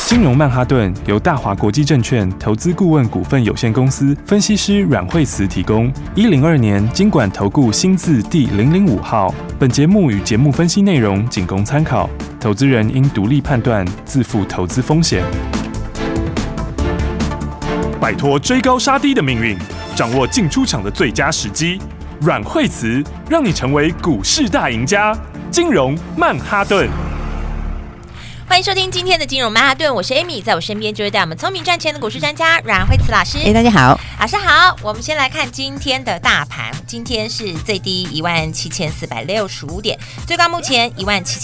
金融曼哈顿由大华国际证券投资顾问股份有限公司分析师阮惠慈提供。102年金管投顾新字第005号。本节目与节目分析内容仅供参考，投资人应独立判断，自负投资风险。摆脱追高杀低的命运，掌握进出场的最佳时机。阮惠慈让你成为股市大赢家。金融曼哈顿。 欢迎收听今天的金融曼哈顿，我是 Amy， 在我身边就是带我们聪明赚钱的股市专家阮惠慈老师。 大家好， 老师好。我们先来看今天的大盘，今天是最低17465点，最高目前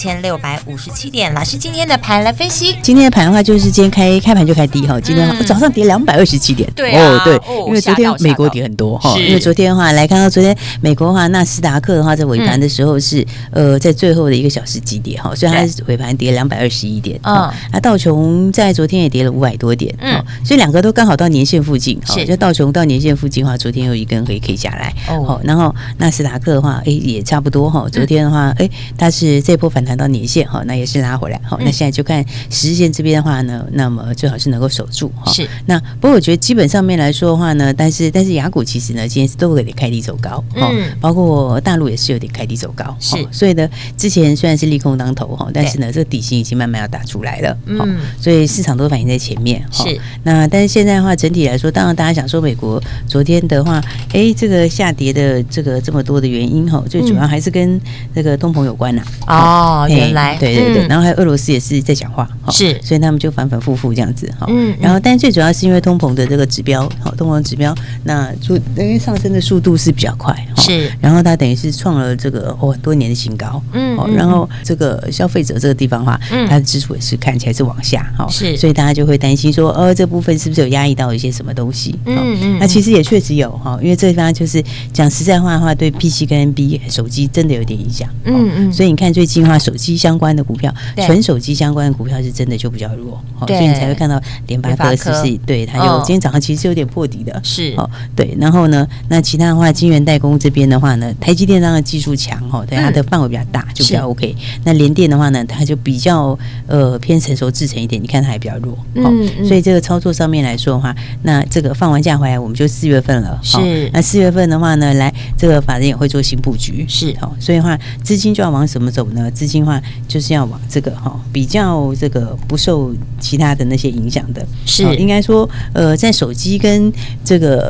17657点。老师今天的盘来分析。 今天的盘的话，就是今天开盘就开低哈，今天早上跌227点。 对啊， 对，因为昨天美国跌很多哈，因为昨天的话来看到昨天美国的话，纳斯达克的话在尾盘的时候是在最后的1个小时急跌哈，所以它尾盘跌221点。那道琼在昨天也跌了500多点，所以两个都刚好到年线附近。就道琼到年线附近的话，昨天有一根黑 K 下来。然后纳斯达克的话，也差不多哈。昨天的话，它是这波反弹到年线哈，那也是拉回来。那现在就看10日线这边的话呢，那么最好是能够守住哈。是。那不过我觉得基本上面来说的话呢，但是亚股其实呢，今天都有点开低走高。包括大陆也是有点开低走高。是。所以呢，之前虽然是利空当头哈，但是呢，这个底薪已经慢慢要打出来了。所以市场都反映在前面。是。那但是现在的话，整体来说，当然大家想说美国昨天的话，这个下跌的这么多的原因哈，最主要还是跟这个通膨有关呐。 原来对，然后还有俄罗斯也是在讲话，是，所以他们就反复这样子哈。然后，但是最主要是因为通膨的这个指标，通膨指标，那就等于上升的速度是比较快，是。然后它等于是创了这个很多年的新高，然后这个消费者这个地方的话，它的支出也是看起来是往下，是，所以大家就会担心说，这部分是不是有压抑到一些什么东西？那其实也确实有哈，因为这地方就是讲实在话的话，对 PC 跟 NB 手机真的有点影响。所以你看最近的话，手机相关的股票，纯手机相关的股票是真的就比较弱，所以你才会看到联发科是不是？对，它有今天早上其实是有点破底的，是对。然后呢，那其他的话，晶圆代工这边的话呢，台积电当然技术强对，它的范围比较大，就比较 OK。那联电的话呢，它就比较偏成熟制程一点，你看它还比较弱。所以这个操作上面来说的话，那这个放完假回来，我们就4月份了。是。那4月份的话呢，来这个法人也会做新布局。是。所以的话，资金就要往什么走呢？资金的话就是要往这个比较这个不受其他的那些影响的。是。应该说在手机跟这个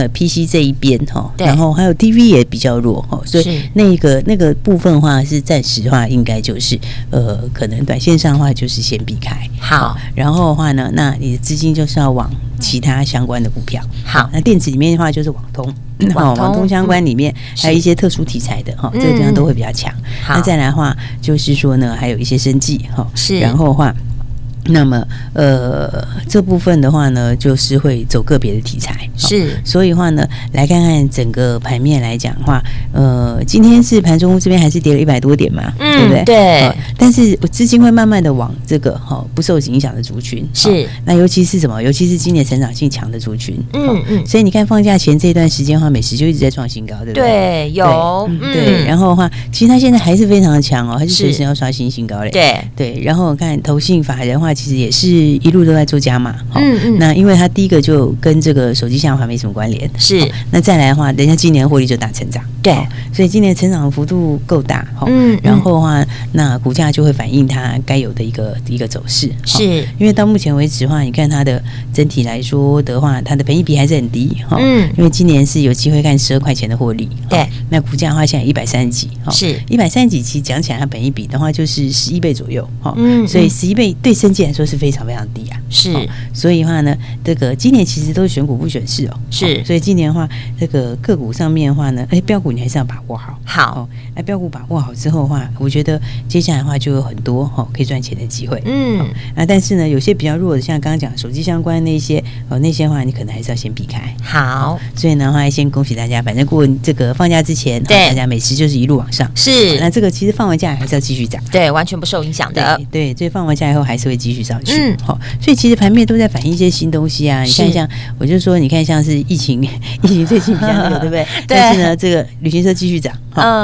PC 这一边然后还有 TV 也比较弱所以那个部分的话是暂时的话，应该就是可能短线上的话就是先避开。好。然后的话呢，那你的资金就是要往其他相关的股票。好。那电子里面的话就是网通。网通相关里面还有一些特殊题材的这个地方都会比较强。那再来的话就是说呢，还有一些生技是。然后的话，那么这部分的话呢，就是会走个别的题材。是。所以的话呢，来看看整个盘面来讲的话，今天是盘中这边还是跌了100多点嘛，对不对？对。但是资金会慢慢的往这个不受影响的族群。是。那尤其是什么？尤其是今年成长性强的族群。所以你看放假前这段时间的话，美食就一直在创新高，对不对？对，有。对。然后的话，其实它现在还是非常的强还是随时要刷新高嘞。对。对。然后我看投信法人的话，其实也是一路都在做加码。那因为它第一个就跟这个手机下滑没什么关联。是。那再来的话，人家今年获利就大成长。对。所以今年成长幅度够大。然后的话，那股价就会反映它该有的一个走势。是。因为到目前为止的话，你看它的整体来说的话，它的本益比还是很低。因为今年是有机会看12块钱的获利。对。那股价的话，现在130几。是。130几，其实讲起来它本益比的话，就是11倍左右。所以11倍对生技来说是非常非常低啊。是。所以的话呢，这个今年其实都是选股不选市是。所以今年的话，这个个股上面的话呢，标股你还是要把握好。好。标股把握好之后的话，我觉得接下来的话就有很多可以赚钱的机会。但是呢，有些比较弱的，像刚刚讲手机相关那些那些的话，你可能还是要先避开。好。所以呢，话先恭喜大家，反正过这个放假之前，大家美食就是一路往上。是。那这个其实放完假还是要继续涨。对，完全不受影响的。对，所以放完假以后还是会继续上去。所以其实盘面都在反映一些新东西啊。你看像我就说，你看像是疫情最近比较那个，对不对？但是呢，这个旅行社继续涨，对不对？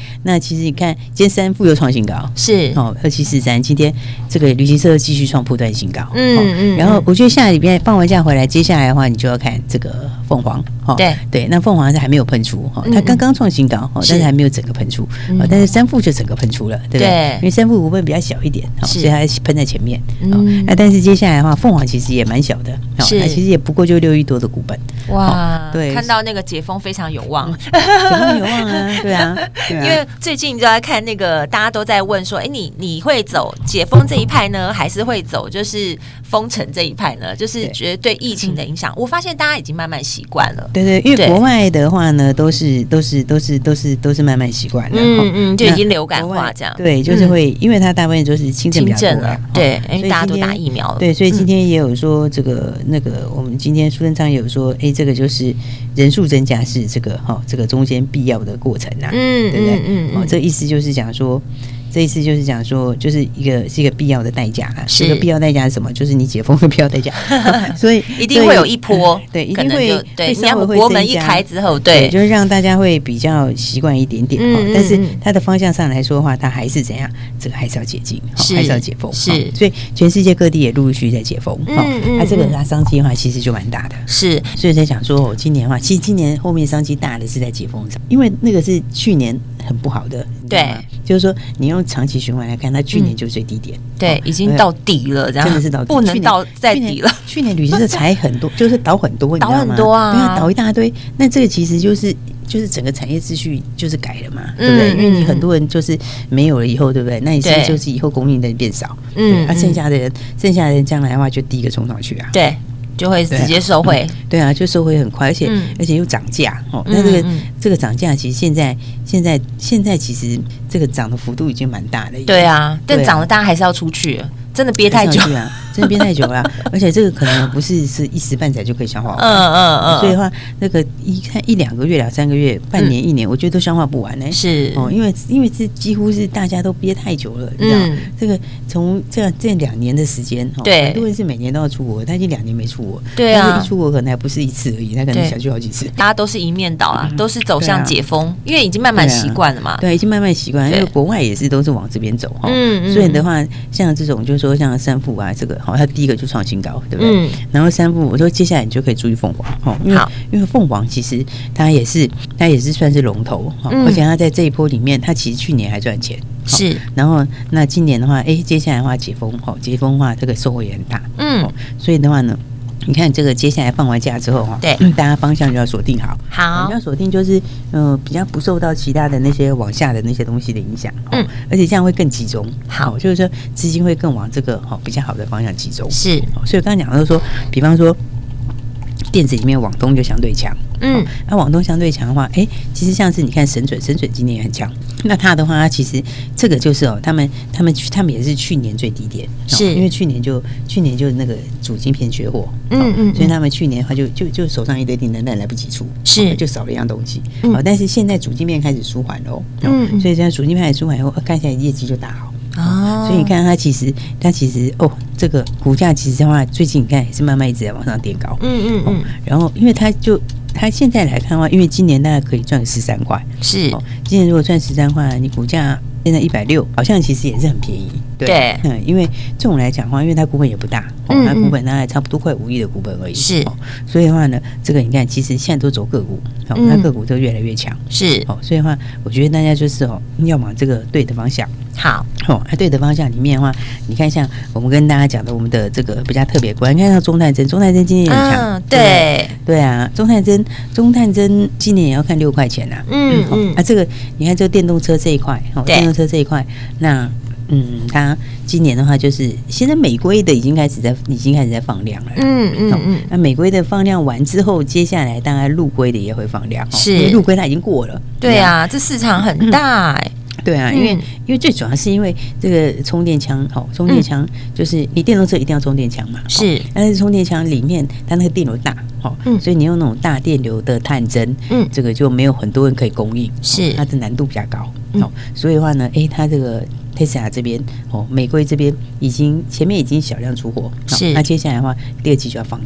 那其实你看，今天三富又创新高， 是 2743，今天这个旅行社继续创波段新高，然后我觉得下礼拜放完假回来，接下来的话，你就要看这个凤凰，对，那凤凰是还没有喷出它刚刚创新高，但是还没有整个喷出，但是三富就整个喷出了，对不对？因为三富股份比较小一点，所以它喷在前面，那但是接下来的话，凤凰其实也蛮小的，它其实也不过就6亿多的股本， 哇，对，看到那个解封非常有望， 解封有望啊，对啊， 因为最近就在看那个，大家都在问说，你会走解封这一派呢，还是会走就是封城这一派呢？就是觉得对疫情的影响，我发现大家已经慢慢习惯了。 对，因为国外的话呢，都是慢慢习惯了， 就已经流感化这样。 对，就是会，因为它大部分都是轻症比较多了， 对，因为大家都打疫苗了。 对，所以今天也有说这个那个，我们今天苏贞昌也有说，这个就是人数增加是这个这个中间必要的过程啊，对不对？这意思就是讲说。这意思就是讲说，就是是一个必要的代价啊。这个必要代价是什么？就是你解封的必要代价。所以一定会有一波， 对，一定会对。你要国门一开之后，对， 就是让大家会比较习惯一点点。但是它的方向上来说的话，它还是怎样？这个还是要解禁，还是要解封。 是， 所以全世界各地也陆陆续续在解封。它这个它商机的话，其实就蛮大的。 是， 所以在讲说，今年的话，其实今年后面商机大的是在解封上，因为那个是去年很不好的， 对， 就是说你用长期循环来看，它去年就最低点， 对，已经到底了，这样真的是到底， 不能到再底了。 去年旅行社才很多，就是倒很多， 倒很多啊， 对啊，倒一大堆。那这个其实就是整个产业秩序就是改了嘛，对不对？因为你很多人就是没有了以后，对不对？那你是不是就是以后供应的人变少？剩下的人将来的话就第一个冲上去啊， 对。就会直接收回， 对啊，就收回很快，而且又涨价那这个涨价，其实现在其实这个涨的幅度已经蛮大的， 对啊，但涨了大家还是要出去，真的憋太久啊，真的憋太久了，而且这个可能不是一时半载就可以消化完，所以的话，那个一两个月、2-3个月、半年、1年，我觉得都消化不完呢， 是因为这几乎是大家都憋太久了，你知道，这个从这2年的时间， 对， 很多人是每年都要出国，他已经2年没出国， 对啊， 但是一出国可能还不是一次而已，他可能想去好几次， 大家都是一面倒啊，都是走向解封，因为已经慢慢习惯了嘛， 对，已经慢慢习惯，因为国外也是都是往这边走所以的话，像这种就是说像三富啊，这个它第一个就创新高，对不对？然后三富，我说接下来你就可以注意凤凰因为凤凰其实它也是算是龙头而且它在这一波里面，它其实去年还赚钱， 是。 然后那今年的话，接下来的话解封的话，这个收获也很大，所以的话呢。你看这个接下来放完假之后对， 大家方向就要锁定好，你要锁定就是比较不受到其他的那些往下的那些东西的影响，而且这样会更集中，好，就是说资金会更往这个比较好的方向集中， 是， 所以我刚才讲就是说，比方说电子里面网通就相对强，那网通相对强的话，其实像是你看神准今年也很强，那它的话，它其实这个就是他们也是去年最低点， 是因为去年就那个主晶片缺货，所以他们去年的话就手上一堆订单但来不及出， 是就少了一样东西，但是现在主晶片开始舒缓了，所以现在主晶片开始舒缓以后，看起来业绩就大好。所以你看它其实这个股价其实的话，最近你看也是慢慢一直在往上垫高，然后因为它现在来看的话，因为今年大概可以赚13块， 是， 今年如果赚13块，你股价现在160，好像其实也是很便宜， 对， 因为这种来讲的话，因为它股本也不大，它股本大概差不多快5亿的股本而已， 是， 所以的话呢，这个你看其实现在都走个股，它个股都越来越强， 是， 所以的话，我觉得大家就是要往这个对的方向。 好对的方向里面的话，你看像我们跟大家讲的，我们的这个比较特别股，你看像中泰真今年也很强，对啊，中泰真今年也要看6块钱这个你看这个电动车这一块，电动车这一块，那它今年的话就是现在美规的已经开始在放量了，那美规的放量完之后，接下来大概陆规的也会放量， 是， 因为陆规它已经过了， 对啊，这市场很大对啊，因为最主要是因为这个充电枪就是你电动车一定要充电枪嘛， 是， 但是充电枪里面它那个电流大，所以你用那种大电流的探针，这个就没有很多人可以供应， 是， 它的难度比较高，所以的话呢，它这个Tesla 这边美规这边前面已经小量出货， 是， 那接下来的话第2季就要放量，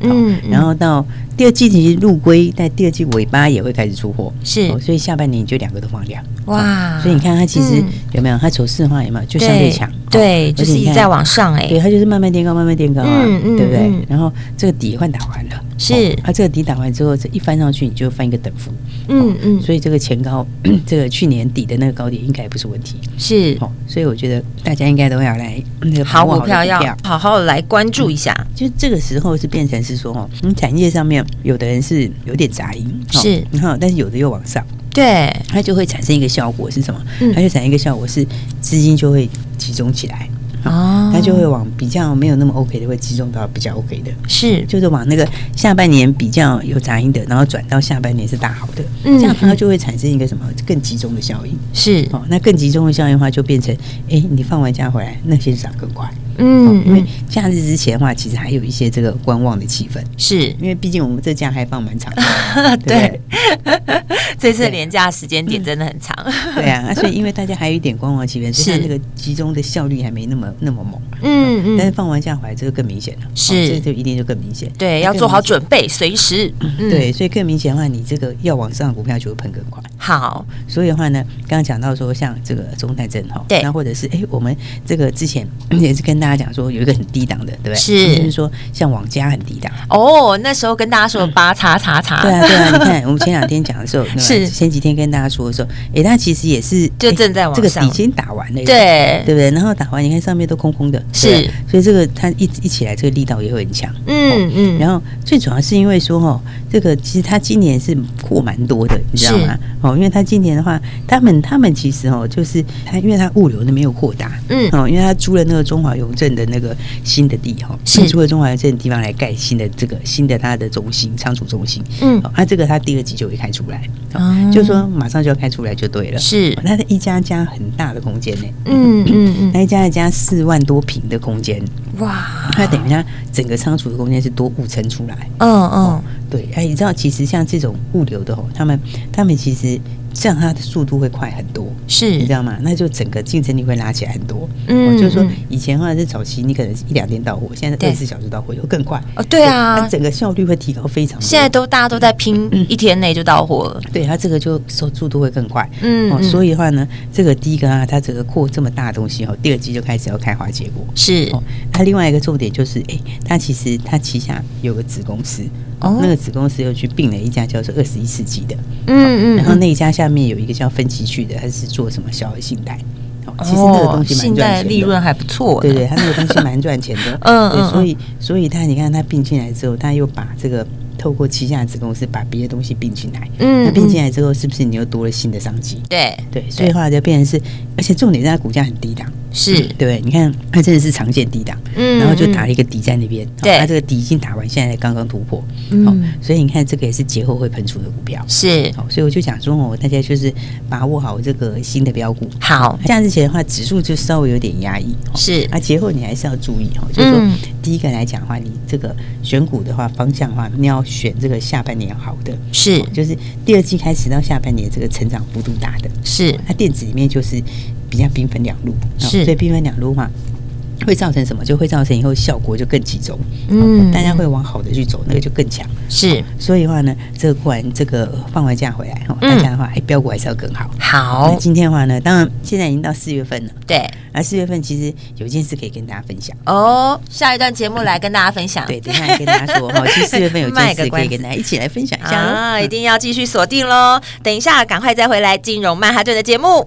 然后到第二季其实入归，在第二季尾巴也会开始出货，是，所以下半年你就2个都放量，哇！所以你看它其实有没有它走势的话有没有就相对强， 对，就是一直在往上对，它就是慢慢垫高，慢慢垫高啊，对不对？然后这个底也换打完了，是，它这个底打完之后，这一翻上去你就翻一个等幅，所以这个前高，这个去年底的那个高点应该不是问题，是，所以我觉得大家应该都要来那个好股票要好好来关注一下， 就这个时候是变成是说产业上面有的人是有点杂音，是，但是有的又往上，对，它就会产生一个效果是什么？它就产生一个效果是资金就会集中起来。它就会往比较没有那么 OK 的，会集中到比较 OK 的，是，就是往那个下半年比较有杂音的，然后转到下半年是大好的，这样它就会产生一个什么更集中的效应，是，那更集中的效应的话，就变成，你放完假回来，那些涨更快，因为假日之前的话，其实还有一些这个观望的气氛，是因为毕竟我们这假还放蛮长的，对， 这次连假时间点真的很长， 对啊，所以因为大家还有一点观望气氛，所以它那个集中的效率还没那么猛，但是放完假回来这个更明显了，是，这就一定就更明显， 对，要做好准备，随时， 对，所以更明显的话，你这个要往上的股票就会喷更快。好，所以的话呢，刚刚讲到说像这个中泰证对，那或者是我们这个之前也是跟大家讲说有一个很低档的，对不对？是，就是说像网家很低档哦，那时候跟大家说8叉叉叉， 对啊，你看我们前2天讲的时候，是前几天跟大家说的时候，它其实也是就正在往上， 这个底已经打完了， 对不对？然后打完，你看上面都空空的，是，所以这个它一起来，这个力道也会很强，然后最主要是因为说这个其实它今年是货蛮多的，你知道吗？因为它今年的话，他们其实就是它，因为它物流的没有扩大，因为它租了那个中华邮政的那个新的地是租了中华邮政的地方来盖新的它的中心仓储中心，这个它第2季就会开出来，就是说马上就要开出来就对了，是，它的一家很大的空间呢，那一家4万多平的空间，哇，它等于它整个仓储的空间是多5层出来，对，你知道其实像这种物流的他们其实这样它的速度会快很多，是，你知道吗？那就整个竞争力会拉起来很多。就是说以前的话是早期你可能1、2天到货，现在24小时到货，又更快。 对啊， 它整个效率会提高非常多。 现在大家都在拼1天内就到货了。 对，它这个就速度会更快。所以的话呢，这个第一个它整个扩这么大的东西第2季就开始要开花结果。是，它另外一个重点就是，它其实它旗下有个子公司。那个子公司又去并了一家叫做21世纪的，然后那一家下面有一个叫分期去的，它是做什么小额信贷，其实那个东西蛮赚钱的， 信贷利润还不错， 对，它那个东西蛮赚钱的，所以你看它并进来之后，它又把这个透过旗下的子公司把别的东西并进来，那并进来之后，是不是你又多了新的商机？对，所以后来就变成是，而且重点是它股价很低档。是，对不对？你看它真的是常见低档，然后就打了一个底在那边，它这个底已经打完，现在刚刚突破，所以你看这个也是节后会喷出的股票，是，所以我就讲说大家就是把握好这个新的标股。好，这样之前的话，指数就稍微有点压抑，是，节后你还是要注意就是说第一个来讲的话，你这个选股的话方向的话，你要选这个下半年好的，是，就是第2季开始到下半年这个成长幅度大的，是，它电子里面就是比较兵分2路，所以兵分2路嘛，会造成什么？就会造成以后效果就更集中，大家会往好的去走，那个就更强。是，所以的话呢，这个过完这个放完假回来大家的话，标股还是要更好。好，那今天的话呢，当然现在已经到4月份了，对，而4月份其实有一件事可以跟大家分享下一段节目来跟大家分享。 对，等一下跟大家说其实4月份有件事可以跟大家一起来分享一下一定要继续锁定咯。等一下赶快再回来金融曼哈顿的节目。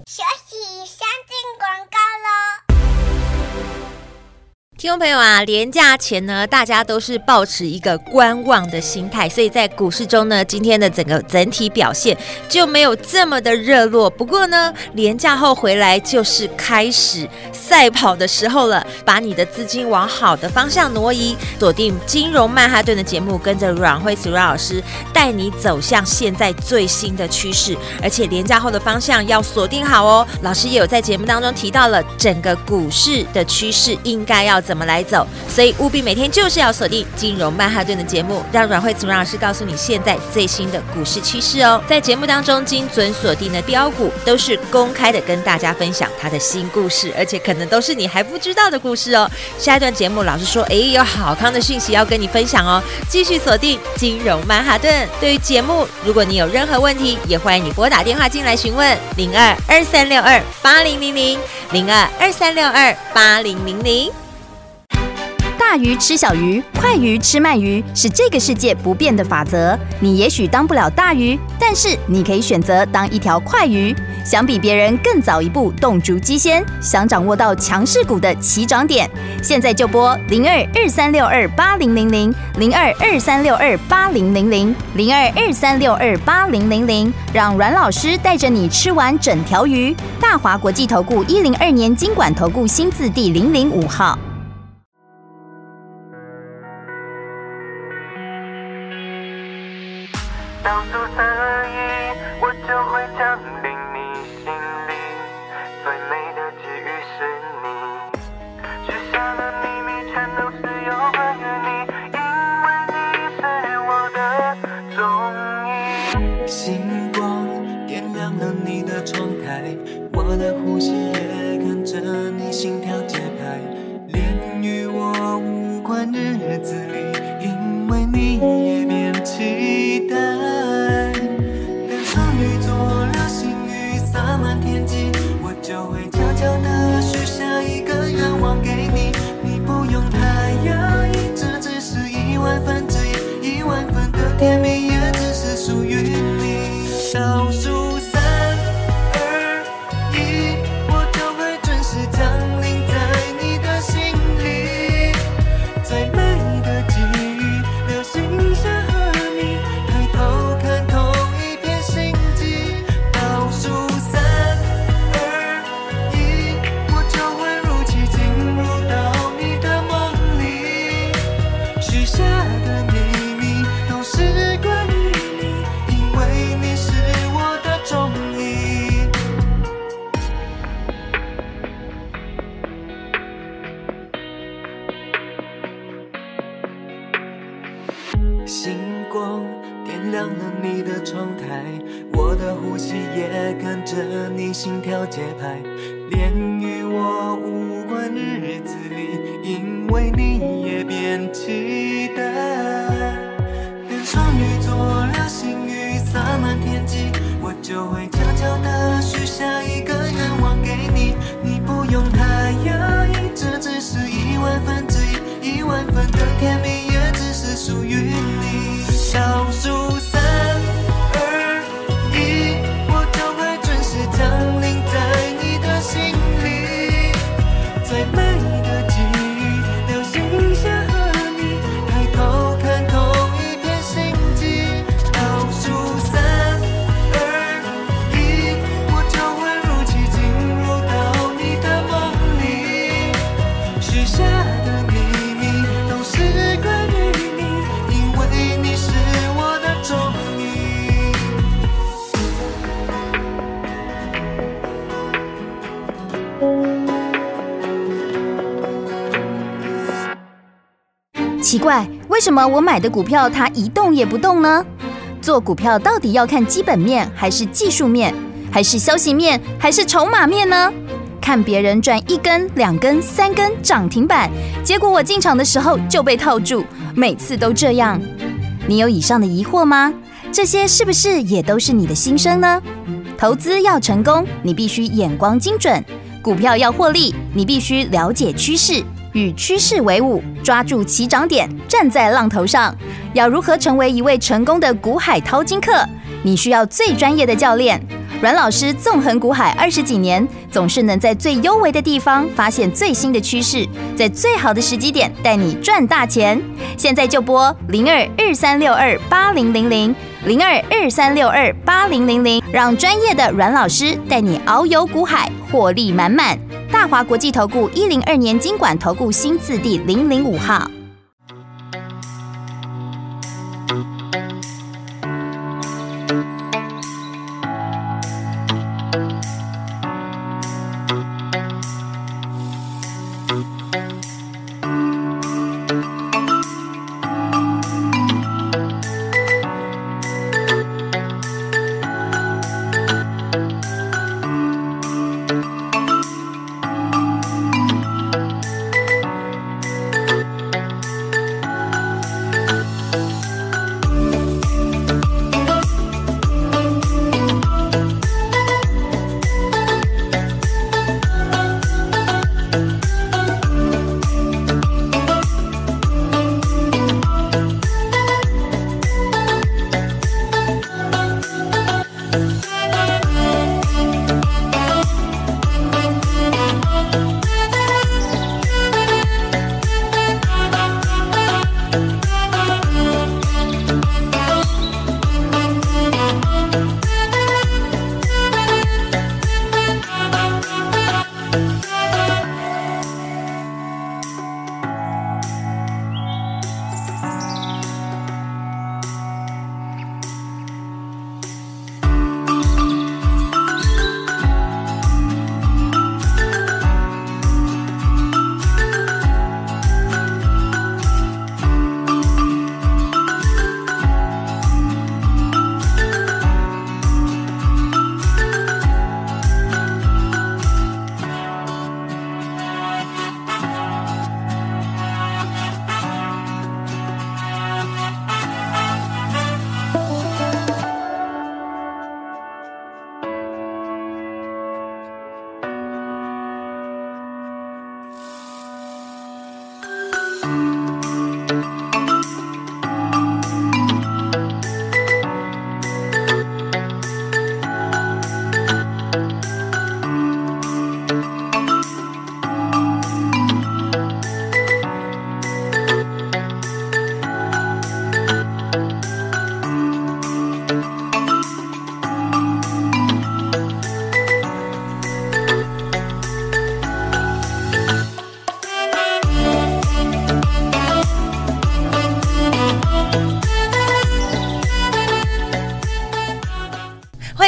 听众朋友啊，连假前呢，大家都是抱持一个观望的心态，所以在股市中呢，今天的整体表现就没有这么的热络。不过呢，连假后回来就是开始赛跑的时候了，把你的资金往好的方向挪移，锁定金融曼哈顿的节目，跟着阮慧慈阮老师带你走向现在最新的趋势，而且连假后的方向要锁定好哦。老师也有在节目当中提到了整个股市的趋势应该要怎么来走，所以务必每天就是要锁定金融曼哈顿的节目，让阮慧慈阮老师告诉你现在最新的股市趋势哦。在节目当中精准锁定的标股都是公开的跟大家分享他的新故事，而且可能能都是你还不知道的故事哦。下一段节目，老师说，有好康的讯息要跟你分享哦。继续锁定金融曼哈顿。对于节目，如果你有任何问题，也欢迎你拨打电话进来询问02-2362-8000，02-2362-8000。 大鱼吃小鱼，快鱼吃慢鱼，是这个世界不变的法则。你也许当不了大鱼，但是你可以选择当一条快鱼。想比别人更早一步动足机先，想掌握到强势股的起涨点，现在就拨02-2362-8000，02-2362-8000，02-2362-8000，让阮老师带着你吃完整条鱼。大华国际投顾102年金管投顾新字第005号。 倒数3、2、1，我就会降临你心里。最美的际遇是你，许下的秘密全都是有关于你，因为你是我的终意。星光点亮了你的窗台，我的呼吸也跟着你心跳节拍，连与我无关日子里，因为你也变期待。洒满天际，我就会悄悄地许下一个愿望给你，你不用太压抑，这只是1/1000，1万分的甜蜜也只是属于你。倒数3、2、1，我就会准时降临在你的心里，最美的际遇，流星下和你抬头看同一片星际。倒数星光点亮了你的窗台，我的呼吸也跟着你心跳节拍，连与我无关日子里，因为你也变期待。等双鱼座流星雨洒满天际，我就会悄悄地许下一个愿望给你，你不用太压抑，这只是1/1000，1万分的甜蜜也只是属于你。倒数3、2、1，我就会准时降临在你的心里，最美的际遇，流星下和你抬头看同一片星际。倒数3、2、1，我就会如期进入到你的梦里，许下的秘密都是关于你，因为你是我的终于。 奇怪，为什么我买的股票它一动也不动呢？做股票到底要看基本面，还是技术面，还是消息面，还是筹码面呢？看别人赚1根、2根、3根涨停板，结果我进场的时候就被套住，每次都这样。你有以上的疑惑吗？这些是不是也都是你的心声呢？投资要成功，你必须眼光精准；股票要获利，你必须了解趋势，与趋势为伍，抓住起涨点，站在浪头上。要如何成为一位成功的股海淘金客？你需要最专业的教练。阮老师纵横股海20几年，总是能在最幽微的地方发现最新的趋势，在最好的时机点带你赚大钱。现在就拨02-2362-8000，02-2362-8000，让专业的阮老师带你遨游股海，获利满满。大华国际投顾102年金管投顾新字第005号。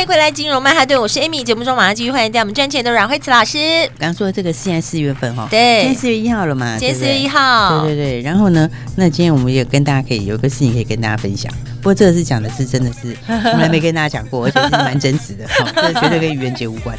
回来，金融曼哈顿，我是 Amy。节目中马上继续欢迎带我们赚钱的阮慧慈老师。 刚说这个现在4月份哈， 对， 今天4月1号了嘛， 今天4月1号， 对。然后呢，那今天我们也跟大家可以有个事情可以跟大家分享。不过这个是讲的是真的是从来没跟大家讲过，而且是蛮真实的，这绝对跟愚人节无关。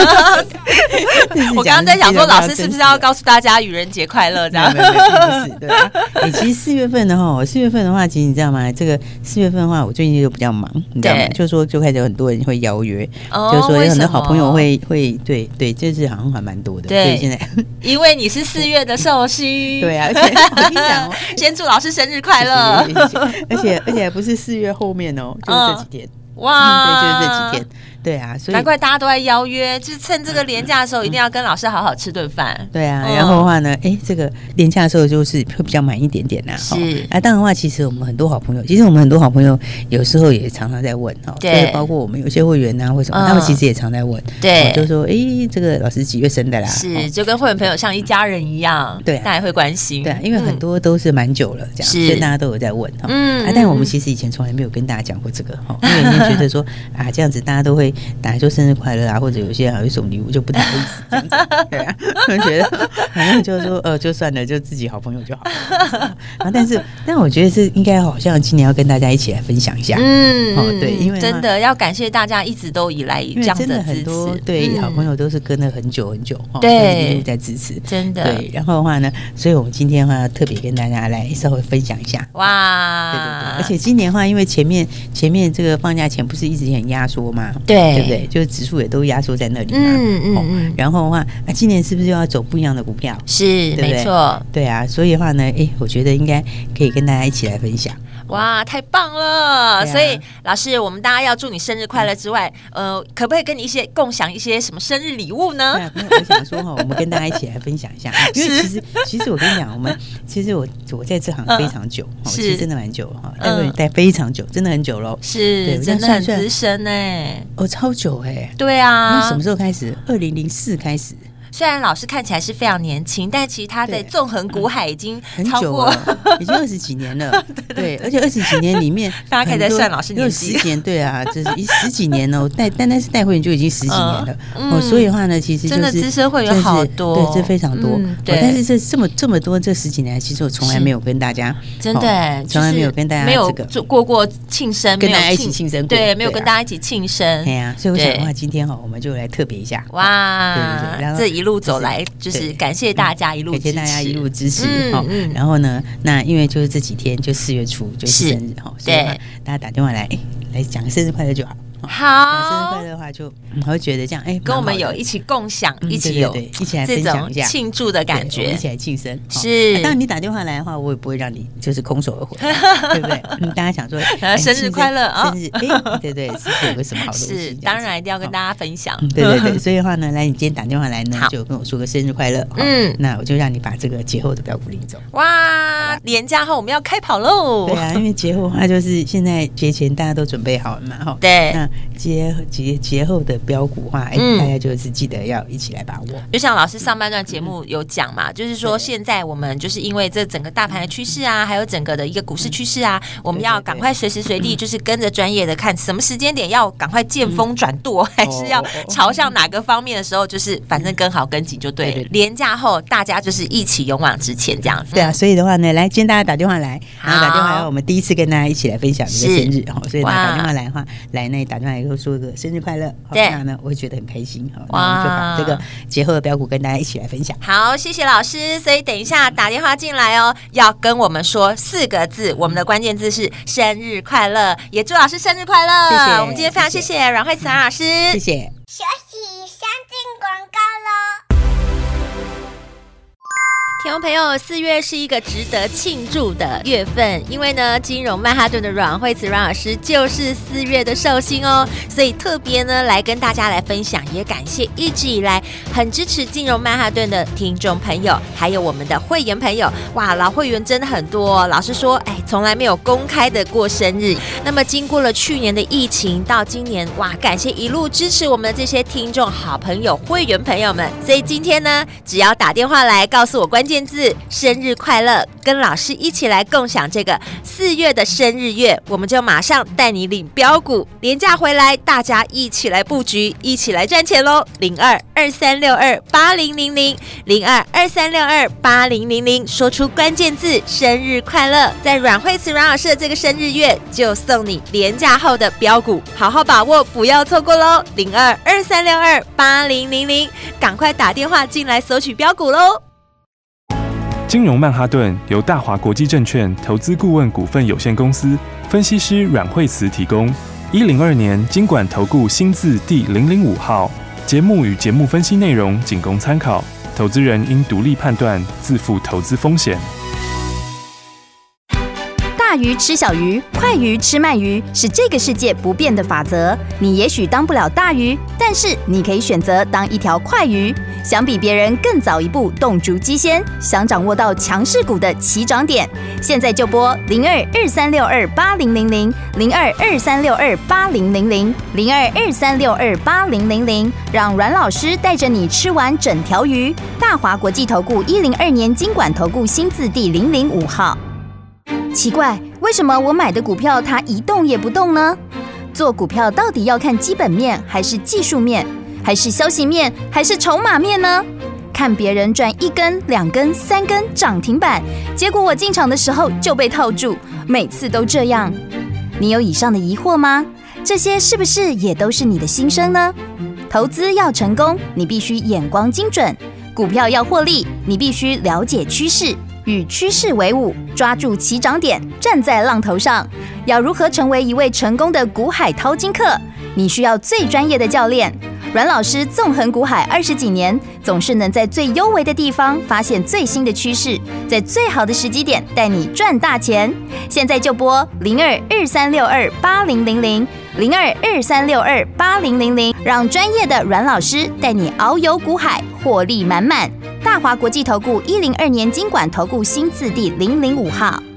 我刚刚在想说，老师是不是要告诉大家愚人节快乐？这样没有，并不是。对啊，其实4月份的话，其实你知道吗？这个4月份的话，我最近就比较忙，你知道吗？就是说就开始有很多人会邀约，就是说有很多好朋友会对，就是好像还蛮多的。对，现在因为你是4月的寿星， 对啊，而且我跟你讲先祝老师生日快乐， 而且还不是4月后面哦，就是这几天。 哇， 对，就是这几天，对啊，所以难怪大家都在邀约，就是趁这个连假的时候，一定要跟老师好好吃顿饭。 对啊，然后的话呢，这个连假的时候就是会比较满一点点啦。 是啊，当然的话，其实我们很多好朋友有时候也常常在问哈，对，包括我们有些会员啊或什么，他们其实也常在问， 对， 就说这个老师几月生的啦？ 是，就跟会员朋友像一家人一样，对，大家会关心， 对，因为很多都是蛮久了这样，所以大家都有在问哈。但我们其实以前从来没有跟大家讲过这个哈，因为已经觉得说啊，这样子大家都会打说生日快乐啊，或者有些人有送礼物就不太好意思这样子，对啊，我觉得反正就是说就算了，就自己好朋友就好了。但我觉得是应该好像今年要跟大家一起来分享一下，对，因为真的要感谢大家一直都以来这样的支持， 对，好朋友都是跟了很久很久， 对， 一路在支持， 真的对。然后的话呢，所以我们今天的话特别跟大家来稍微分享一下， 哇， 对，而且今年的话，因为前面这个放假前不是一直很压缩嘛， 对不对？就是指数也都压缩在那里嘛，然后的话，今年是不是又要走不一样的股票？ 是，没错， 对啊，所以的话呢，我觉得应该可以跟大家一起来分享。 哇，太棒了！所以老师，我们大家要祝你生日快乐之外，可不可以跟你共享一些什么生日礼物呢？ 我想说我们跟大家一起来分享一下，因为其实我跟你讲，其实我在这行非常久，其实真的蛮久哈，待非常久，真的很久喽， 是，真的很资深超久对啊， 那什么时候开始？2004开始。 虽然老师看起来是非常年轻，但其实他在纵横股海已经超过已经20几年了。对，而且20几年里面， 大家可以在算老师年纪 ，10年，对啊，就是10几年哦。但是带会员就已经10几年了所以的话呢，其实真的资深会员好多， 对，这非常多。对，但是这么多这10几年，其实我从来没有跟大家真的从来没有跟大家没有过庆生， 跟大家一起庆生过， 对，没有跟大家一起庆生。 对呀，所以我想的话，今天我们就来特别一下。 哇，这一路走来就是感谢大家一路支持， 感谢大家一路支持然后呢，那因为就是这几天就4月初就是生日所以大家打电话来讲个生日快乐就好。 好， 生日快乐的话就我会觉得这样跟我们有一起共享，一起来分享一下庆祝的感觉， 一起来庆生。 是， 当然你打电话来的话，我也不会让你就是空手而回，对不对？大家想说生日快乐啊， 生日对，是不是有个什么好东西？ 是，当然一定要跟大家分享。 对，所以的话呢，来你今天打电话来呢，就跟我说个生日快乐。那我就让你把这个节后的标股领走。 哇，连假后我们要开跑喽！ 对啊，因为节后的话就是现在节前大家都准备好了嘛， 对， 那节后的标股的话，大家就是记得要一起来把握。 就像老师上半段节目有讲嘛，就是说现在我们就是因为这整个大盘的趋势啊，还有整个的一个股市趋势啊，我们要赶快随时随地就是跟着专业的看什么时间点要赶快见风转舵，还是要朝向哪个方面的时候，就是反正跟好跟紧就对了。连假后大家就是一起勇往直前这样子。 对啊，所以的话呢，来今天大家打电话来，然后打电话来，我们第一次跟大家一起来分享这个生日所以打电话来的话，来那打电话来以后说个生日快乐， 对， 那呢我会觉得很开心那我们就把这个节后的标股跟大家一起来分享。 好，谢谢老师。所以等一下打电话进来要跟我们说4个字，我们的关键字是生日快乐，也祝老师生日快乐。 谢谢， 我们今天非常谢谢阮慧慈老师， 谢谢。 休息，先进广告喽。 听众朋友，4月是一个值得庆祝的月份，因为呢，金融曼哈顿的阮慧慈阮老师就是4月的寿星所以特别呢来跟大家来分享，也感谢一直以来很支持金融曼哈顿的听众朋友，还有我们的会员朋友。哇，老会员真的很多老师说， 从来没有公开的过生日。那么经过了去年的疫情到今年，哇，感谢一路支持我们的这些听众、好朋友、会员朋友们。所以今天呢，只要打电话来告诉我关键字生日快乐，跟老师一起来共享这个4月的生日月，我们就马上带你领标股，连假回来大家一起来布局，一起来赚钱咯。02-2362-8000 02-2362-8000，说出关键字生日快乐，在阮慧慈阮老师的这个生日月就送你连假后的标股，好好把握，不要错过咯。02-2362-8000，赶快打电话进来索取标股咯。 金融曼哈顿由大华国际证券投资顾问股份有限公司分析师阮慧慈提供。102年金管投顾新字第005号。节目与节目分析内容仅供参考，投资人应独立判断，自负投资风险。 大鱼吃小鱼，快鱼吃慢鱼，是这个世界不变的法则。你也许当不了大鱼，但是你可以选择当一条快鱼。想比别人更早一步动足机先，想掌握到强势股的起涨点，现在就拨02-2362-8000 02-2362-8000 02-2362-8000，让阮老师带着你吃完整条鱼。大华国际投顾102年金管投顾新字第005号。奇怪，为什么我买的股票它一动也不动呢？做股票到底要看基本面，还是技术面，还是消息面，还是筹码面呢？看别人赚1根、2根、3根涨停板，结果我进场的时候就被套住，每次都这样。你有以上的疑惑吗？这些是不是也都是你的心声呢？投资要成功，你必须眼光精准；股票要获利，你必须了解趋势。与趋势为伍，抓住起涨点，站在浪头上。要如何成为一位成功的股海淘金客？你需要最专业的教练。阮老师纵横股海20几年，总是能在最优微的地方发现最新的趋势，在最好的时机点带你赚大钱。现在就拨02-2362-8000 02-2362-8000，让专业的阮老师带你遨游股海，获利满满。大华国际投顾102年金管投顾新字第005号。